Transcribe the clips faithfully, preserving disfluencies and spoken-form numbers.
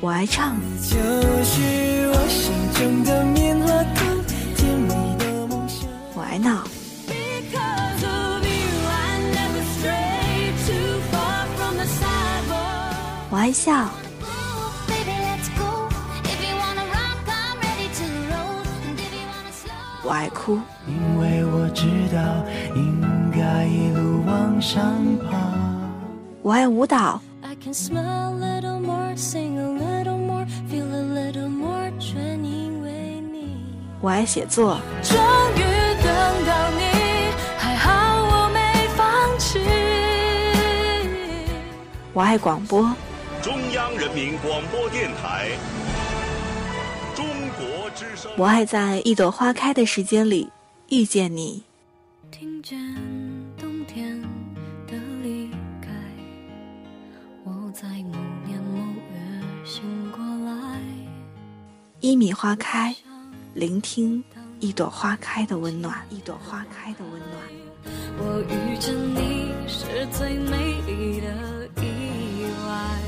我爱唱， 就是我心中的棉花糖，甜蜜的梦想。 我爱闹，我爱笑，我爱哭， 因为我知道应该一路往上爬。 我爱舞蹈，我爱写作， 终于等到你，还好我没放弃。 我爱广播， 中央人民广播电台中国之声。 我爱在一朵花开的时间里遇见你。 听见冬天的离开，我在某年某月醒过来。 一米花开，聆听一朵花开的温暖，一朵花开的温暖。 我遇见你是最美丽的意外。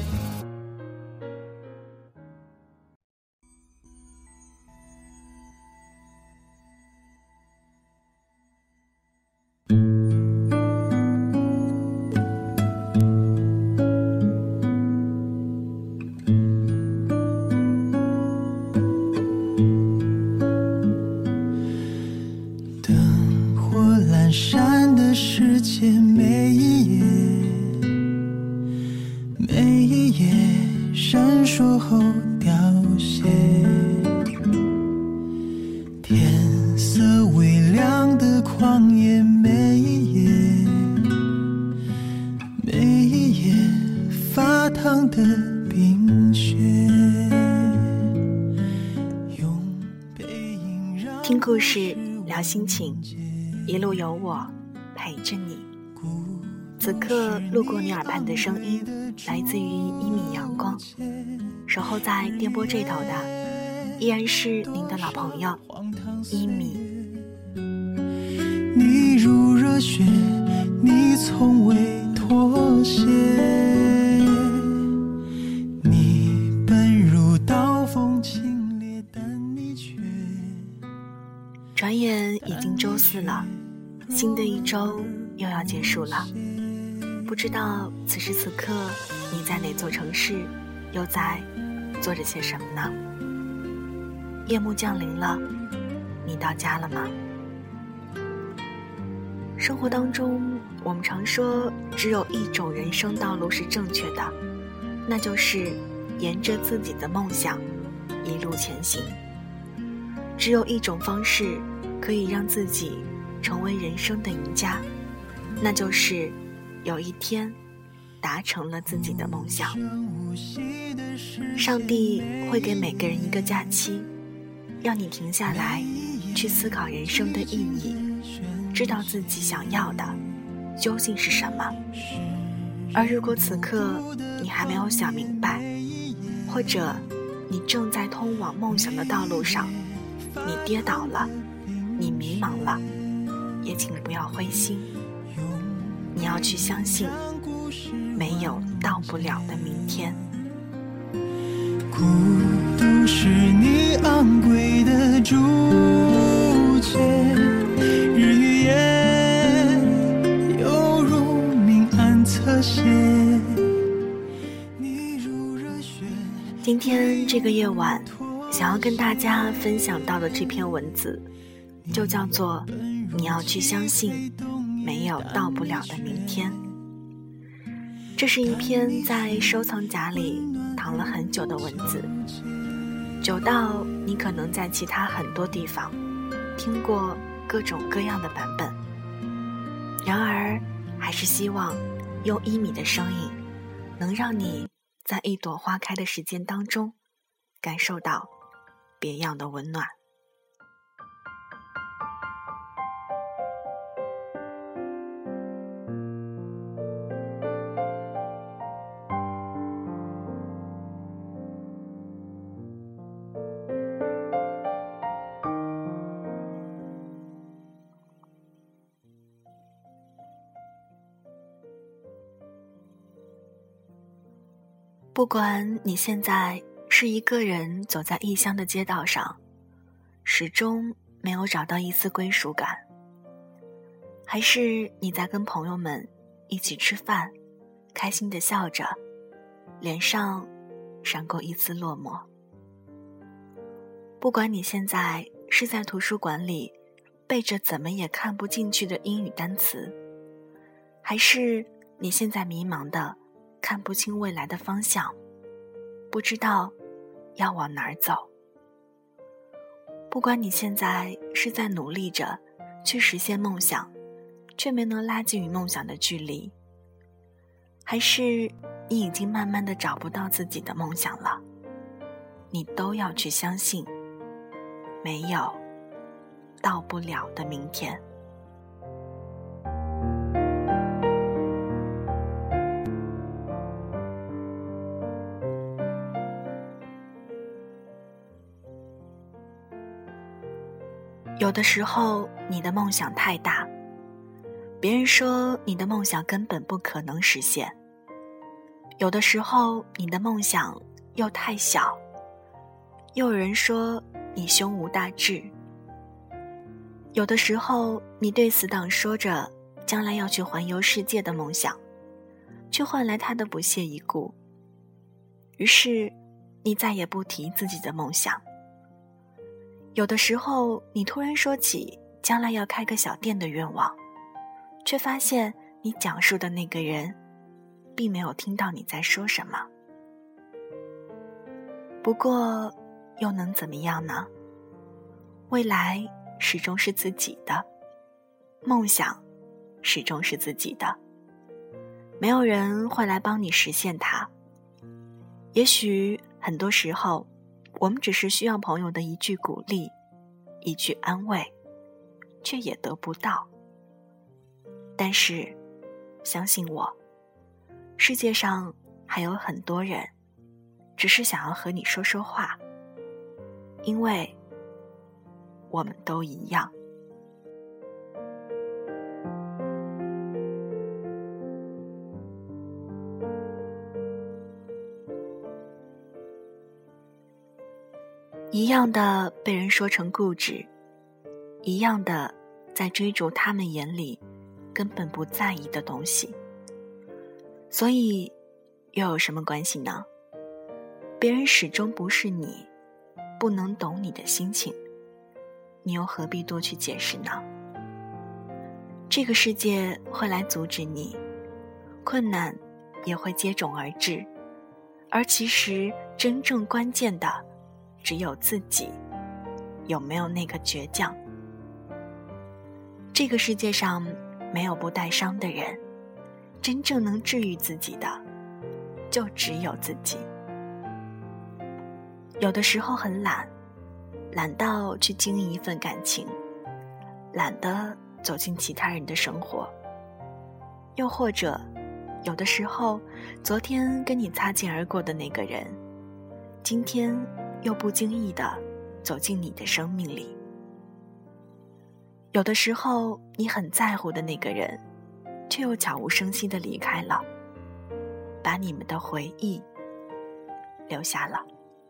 闪的世界，每一页每一页闪烁后凋谢，天色微亮的旷野，每一页每一页发烫的冰雪，用背影让听故事，聊心情，一路有我陪着你。此刻路过你耳畔的声音来自于一米阳光，守候在电波这头的依然是您的老朋友一米。 你如热血，你从未妥协，你本如刀锋清冽，但你却转眼已经周四了，新的一周又要结束了。不知道此时此刻你在哪座城市，又在做着些什么呢？夜幕降临了，你到家了吗？生活当中，我们常说只有一种人生道路是正确的，那就是沿着自己的梦想一路前行。只有一种方式可以让自己成为人生的赢家，那就是有一天达成了自己的梦想。上帝会给每个人一个假期，要你停下来去思考人生的意义，知道自己想要的究竟是什么。而如果此刻你还没有想明白，或者你正在通往梦想的道路上，你跌倒了，你迷茫了，也请不要灰心。你要去相信，没有到不了的明天。 孤独是你昂贵的主角，日与夜犹如明暗侧写。 今天这个夜晚，想要跟大家分享到的这篇文字，就叫做你要去相信，没有到不了的明天。这是一篇在收藏夹里躺了很久的文字，久到你可能在其他很多地方听过各种各样的版本，然而还是希望用一米的声音，能让你在一朵花开的时间当中感受到别样的温暖。不管你现在是一个人走在异乡的街道上，始终没有找到一丝归属感？还是你在跟朋友们一起吃饭，开心地笑着，脸上闪过一丝落寞？不管你现在是在图书馆里背着怎么也看不进去的英语单词，还是你现在迷茫的看不清未来的方向，不知道要往哪儿走。不管你现在是在努力着去实现梦想，却没能拉近与梦想的距离，还是你已经慢慢的找不到自己的梦想了，你都要去相信，没有到不了的明天。有的时候你的梦想太大，别人说你的梦想根本不可能实现；有的时候你的梦想又太小，又有人说你胸无大志；有的时候你对死党说着将来要去环游世界的梦想，却换来他的不屑一顾，于是你再也不提自己的梦想。有的时候你突然说起将来要开个小店的愿望，却发现你讲述的那个人并没有听到你在说什么。不过又能怎么样呢？未来始终是自己的，梦想始终是自己的，没有人会来帮你实现它。也许很多时候我们只是需要朋友的一句鼓励，一句安慰，却也得不到。但是相信我，世界上还有很多人只是想要和你说说话，因为我们都一样。一样的被人说成固执，一样的在追逐他们眼里根本不在意的东西，所以又有什么关系呢？别人始终不是你，不能懂你的心情，你又何必多去解释呢？这个世界会来阻止你，困难也会接踵而至，而其实真正关键的只有自己有没有那个倔强。这个世界上没有不带伤的人，真正能治愈自己的就只有自己。有的时候很懒，懒到去经营一份感情，懒得走进其他人的生活。又或者有的时候，昨天跟你擦肩而过的那个人，今天又不经意地走进你的生命里。有的时候你很在乎的那个人，却又悄无声息地离开了，把你们的回忆留下了。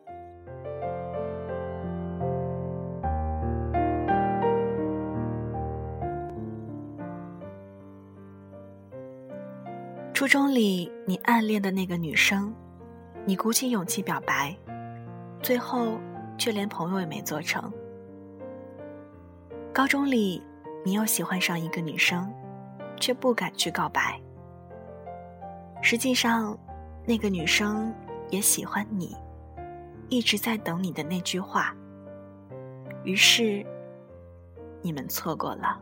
初中里你暗恋的那个女生，你鼓起勇气表白，最后却连朋友也没做成。高中里你又喜欢上一个女生，却不敢去告白。实际上那个女生也喜欢你，一直在等你的那句话，于是你们错过了。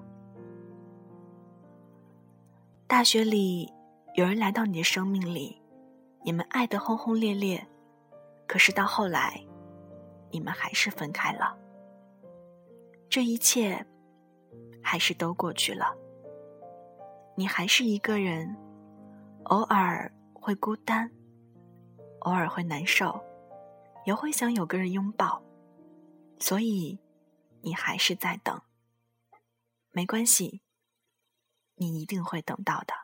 大学里有人来到你的生命里，你们爱得轰轰烈烈，可是到后来你们还是分开了。这一切还是都过去了，你还是一个人，偶尔会孤单，偶尔会难受，也会想有个人拥抱，所以你还是在等。没关系，你一定会等到的。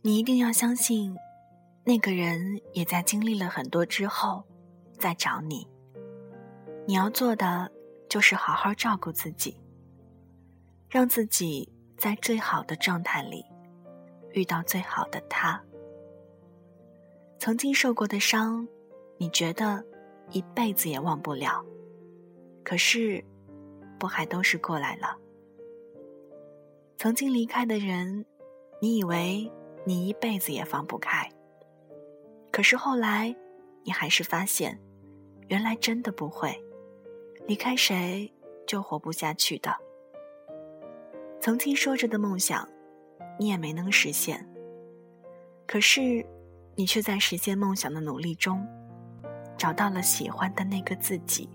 你一定要相信，那个人也在经历了很多之后再找你。你要做的就是好好照顾自己，让自己在最好的状态里遇到最好的他。曾经受过的伤，你觉得一辈子也忘不了，可是不还都是过来了？曾经离开的人，你以为你一辈子也放不开，可是后来你还是发现，原来真的不会，离开谁就活不下去的。曾经说着的梦想，你也没能实现，可是你却在实现梦想的努力中，找到了喜欢的那个自己。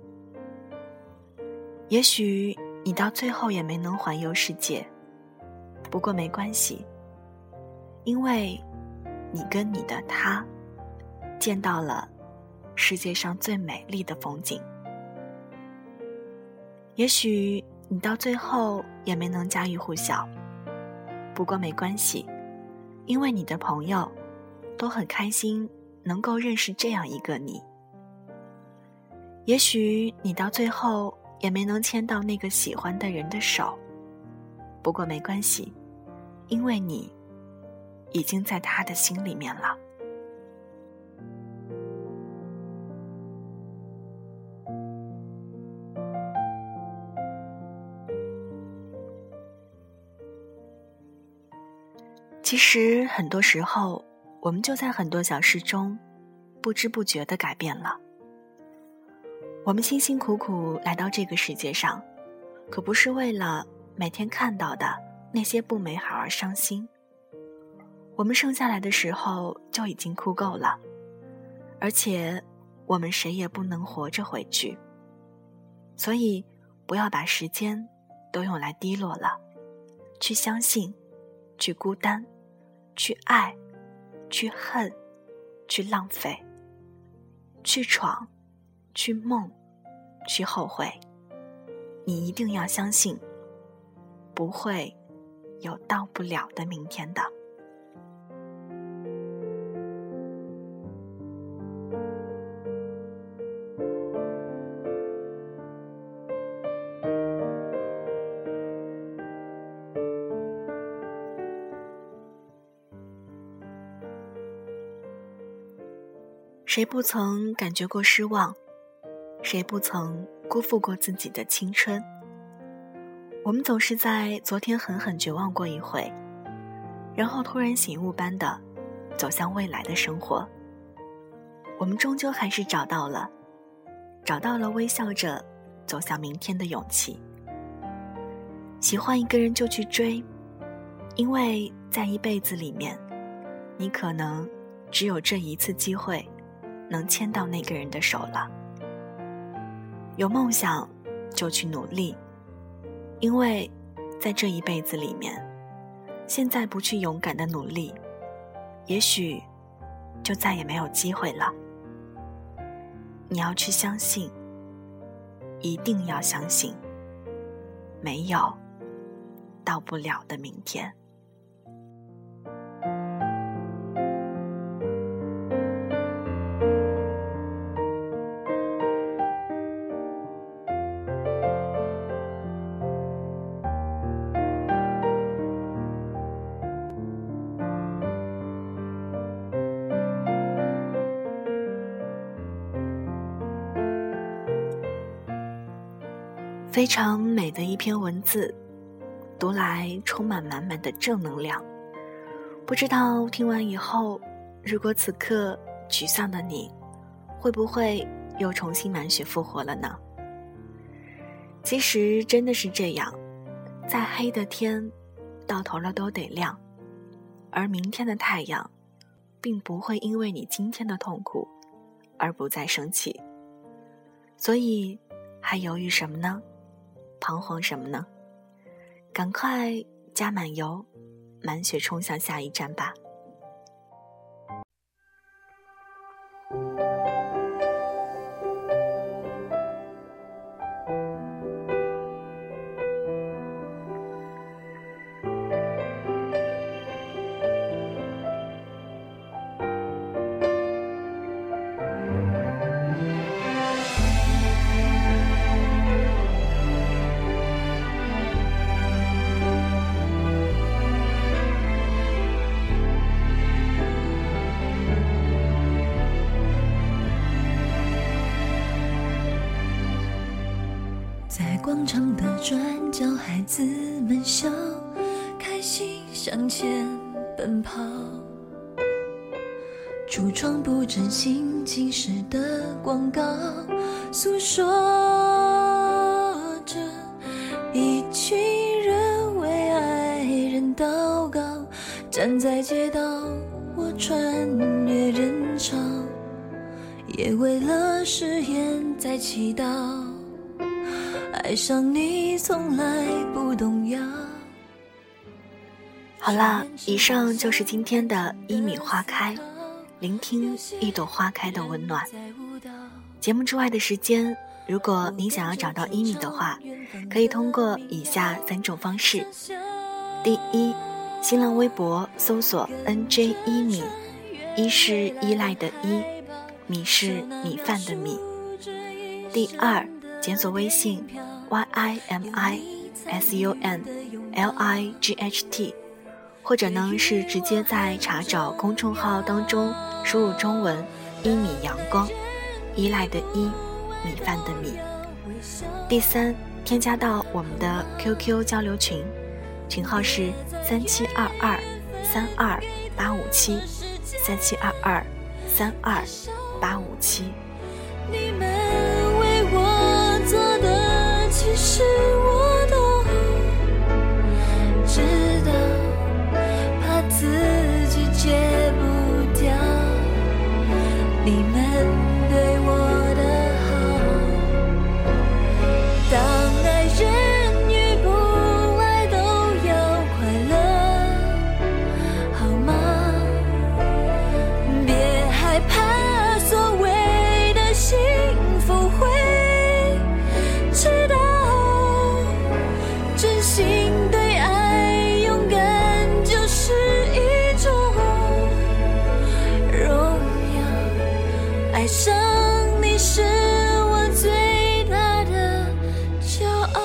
也许你到最后也没能环游世界，不过没关系，因为你跟你的他见到了世界上最美丽的风景。也许你到最后也没能家喻户晓，不过没关系，因为你的朋友都很开心能够认识这样一个你。也许你到最后也没能牵到那个喜欢的人的手，不过没关系，因为你已经在他的心里面了。其实很多时候，我们就在很多小事中不知不觉地改变了。我们辛辛苦苦来到这个世界上，可不是为了每天看到的那些不美好而伤心。我们生下来的时候就已经哭够了，而且我们谁也不能活着回去。所以不要把时间都用来低落了，去相信，去孤单，去爱，去恨，去浪费，去闯，去梦，去后悔。你一定要相信，不会有到不了的明天的。谁不曾感觉过失望？谁不曾辜负过自己的青春？我们总是在昨天狠狠绝望过一回，然后突然醒悟般的走向未来的生活。我们终究还是找到了，找到了微笑着走向明天的勇气。喜欢一个人就去追，因为在一辈子里面，你可能只有这一次机会能牵到那个人的手了。有梦想就去努力，因为在这一辈子里面，现在不去勇敢的努力，也许就再也没有机会了。你要去相信，一定要相信，没有到不了的明天。非常美的一篇文字，读来充满满满的正能量。不知道听完以后，如果此刻沮丧的你，会不会又重新满血复活了呢？其实真的是这样，再黑的天，到头了都得亮，而明天的太阳，并不会因为你今天的痛苦而不再升起。所以，还犹豫什么呢？彷徨什么呢？赶快加满油，满血冲向下一站吧。 广场的转角，孩子们笑，开心向前奔跑。橱窗布置心情时的广告，诉说着一群人为爱人祷告。站在街道，我穿越人潮，也为了誓言在祈祷。爱上你从来不动摇。 好了，以上就是今天的一米花开，聆听一朵花开的温暖。节目之外的时间，如果你想要找到一米的话，可以通过以下三种方式。第一，新浪微博搜索 N J 一米，一是依赖的依，米是米饭的米。第二，检索微信 Y I M I S U N L I G H T， 或者呢是直接在查找公众号当中输入中文一米阳光，依赖的依，米饭的米。第三，添加到我们的 Q Q 交流群，群号是三七二二三二八五七，三七二二三二八五七。 你们为我做的，其实我都知道，怕自己戒不掉。你们对我的好，当爱人与不爱都要快乐，好吗？别害怕所谓的幸福会迟到，真心对爱勇敢就是一种荣耀。爱上你是我最大的骄傲。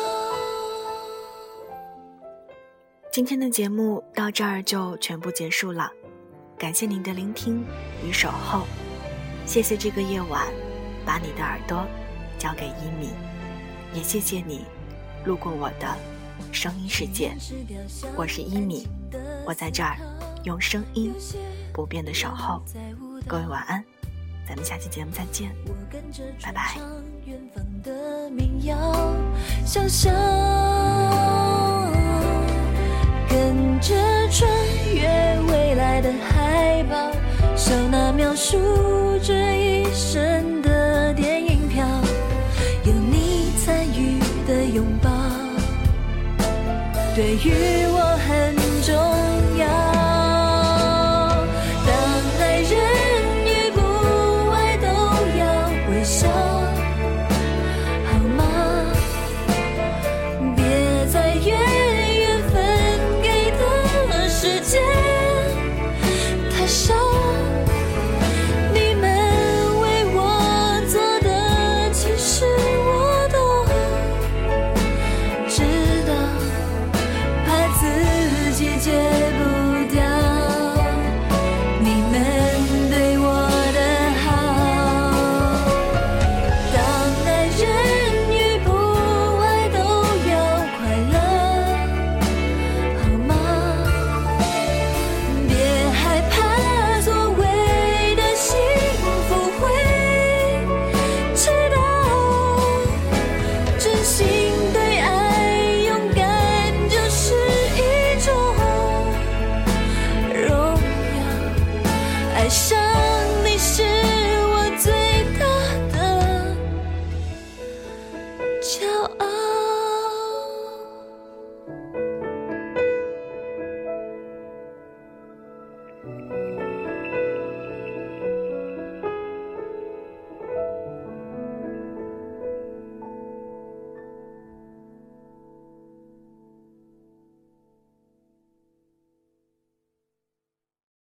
今天的节目到这儿就全部结束了，感谢您的聆听与守候，谢谢这个夜晚把你的耳朵交给一米，也谢谢你路过我的声音世界。我是一米，我在这儿用声音不变的守候。各位晚安，咱们下期节目再见，拜拜。 远方的民谣，想象跟着穿越未来的海报，笑纳描述这一生的电影票，有你参与的拥抱，对于我很重要。当爱人与不爱都要微笑，好吗？别再怨缘分给的时间太少。你们为我做的，其实我都知道，怕自己戒不掉。你们对我的好，当爱人与不爱都要快乐，好吗？别害怕所谓的幸福会迟到，真心对爱勇敢就是一种荣耀。爱上你是我最大的骄傲。